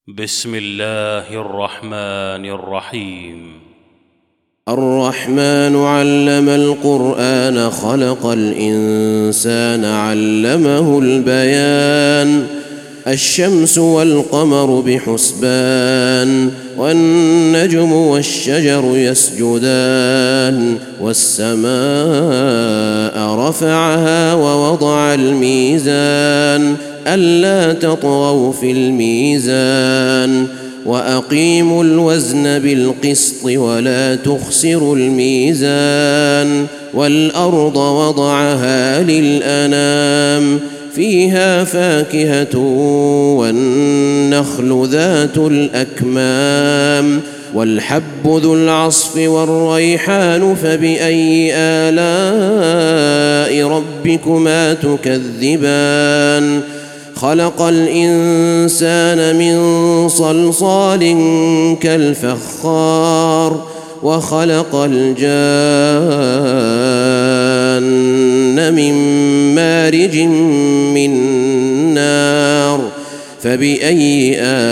بسم الله الرحمن الرحيم. الرحمن علم القرآن خلق الإنسان علمه البيان الشمس والقمر بحسبان والنجم والشجر يسجدان والسماء رفعها ووضع الميزان ألا تطغوا في الميزان وأقيموا الوزن بالقسط ولا تخسروا الميزان والأرض وضعها للأنام فيها فاكهة والنخل ذات الأكمام والحب ذو العصف والريحان فبأي آلاء ربكما تكذبان خلق الإنسان من صلصال كالفخار وخلق الجان من مارج من نار فبأي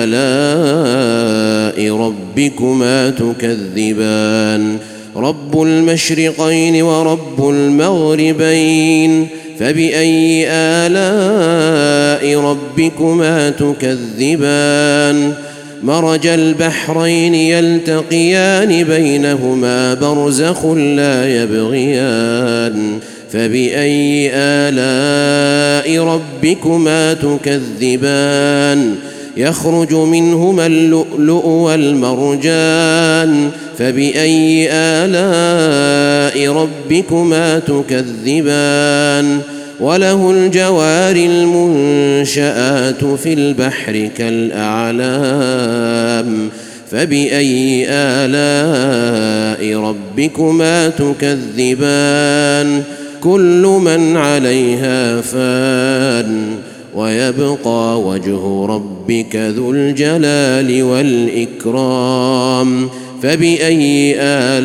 آلاء ربكما تكذبان رب المشرقين ورب المغربين فبأي آلاء ربكما تكذبان مرج البحرين يلتقيان بينهما برزخ لا يبغيان فبأي آلاء ربكما تكذبان يخرج منهما اللؤلؤ والمرجان فبأي آلاء ربكما تكذبان وله الجوار المنشآت في البحر كالأعلام فبأي آلاء ربكما تكذبان كل من عليها فان ويبقى وجه ربك ذو الجلال والإكرام فبأي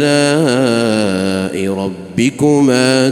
آلاء ربكما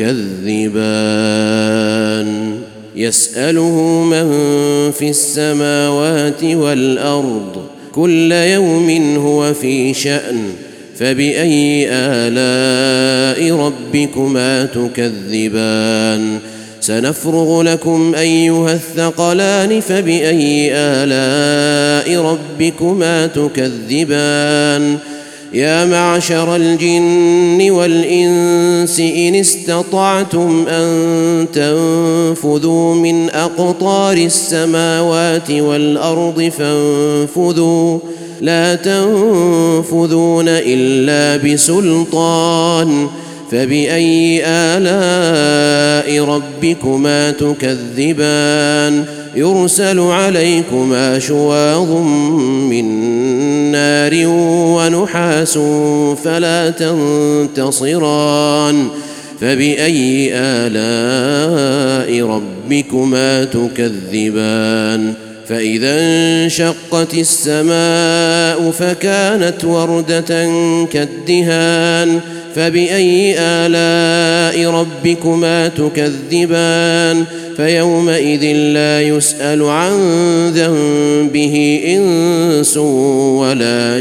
تكذبان يسأله من في السماوات والأرض كل يوم هو في شأن فبأي آلاء ربكما تكذبان سنفرغ لكم أيها الثقلان فبأي آلاء ربكما تكذبان يا معشر الجن والإنس إن استطعتم أن تنفذوا من أقطار السماوات والأرض فانفذوا لا تنفذون إلا بسلطان فبأي آلاء ربكما تكذبان يرسل عليكما شواظ من نار ونحاس فلا تنتصران فبأي آلاء ربكما تكذبان فإذا انشقت السماء فكانت وردة كالدهان فبأي آلاء ربكما تكذبان فيومئذ لا يسأل عن ذنبه إنس ولا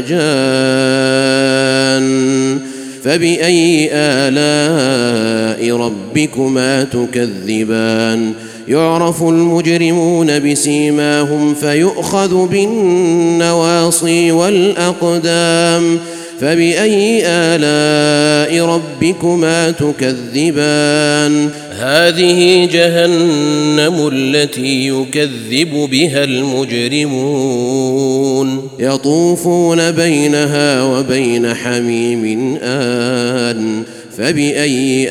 جان فبأي آلاء ربكما تكذبان يعرف المجرمون بسيماهم فيؤخذ بالنواصي والأقدام فبأي آلاء ربكما تكذبان هذه جهنم التي يكذب بها المجرمون يطوفون بينها وبين حميم آن فبأي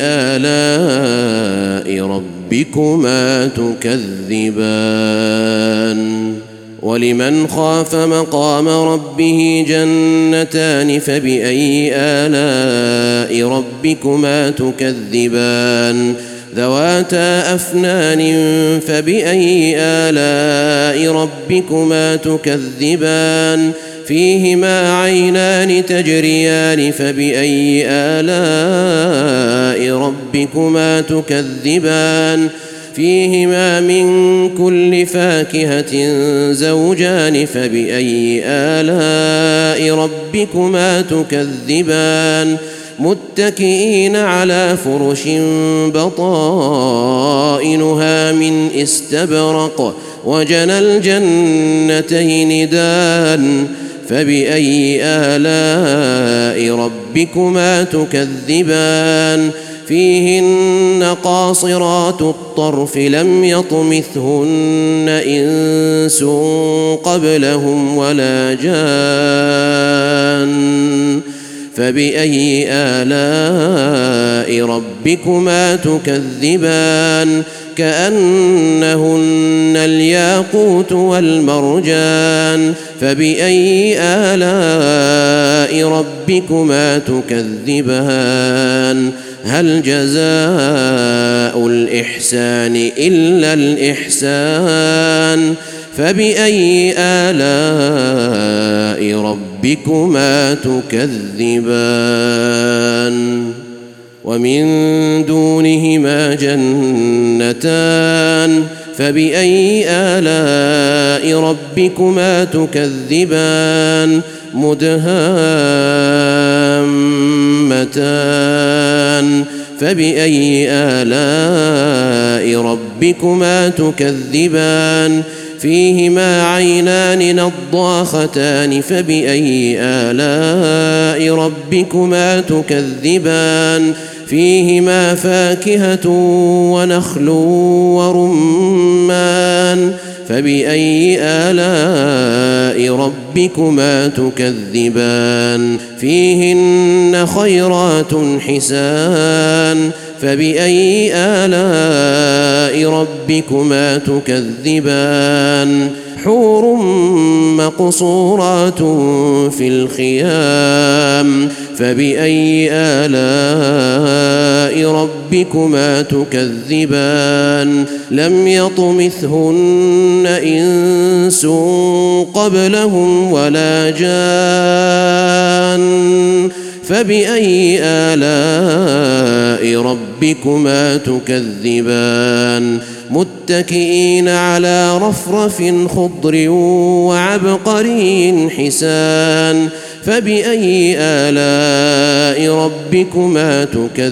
آلاء ربكما تكذبان ولمن خاف مقام ربه جنتان فبأي آلاء ربكما تكذبان ذواتا أفنان فبأي آلاء ربكما تكذبان فيهما عينان تجريان فبأي آلاء ربكما تكذبان فيهما من كل فاكهة زوجان فبأي آلاء ربكما تكذبان متكئين على فرش بطائنها من استبرق وجنى الجنتين دان فبأي آلاء ربكما تكذبان فيهن قاصرات الطرف لم يطمثهن إنس قبلهم ولا جان فبأي آلاء ربكما تكذبان كأنهن الياقوت والمرجان فبأي آلاء ربكما تكذبان هل جزاء الإحسان إلا الإحسان فبأي آلاء ربكما تكذبان ومن دونهما جنتان فبأي آلاء ربكما تكذبان مدهامتان فبأي آلاء ربكما تكذبان فيهما عينان نضاختان فبأي آلاء ربكما تكذبان فيهما فاكهة ونخل ورمان فبأي آلاء ربكما تكذبان فيهن خيرات حسان فبأي آلاء ربكما تكذبان حور مقصورات في الخيام فبأي آلاء ربكما تكذبان لم يطمثهن إنس قبلهم ولا جان فبأي آلاء ربكما تكذبان متكئين على رفرف خضر وعبقري حسان فبأي آلاء ربكما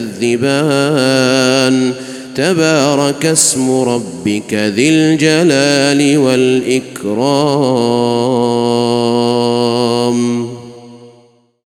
تكذبان تبارك اسم ربك ذي الجلال والإكرام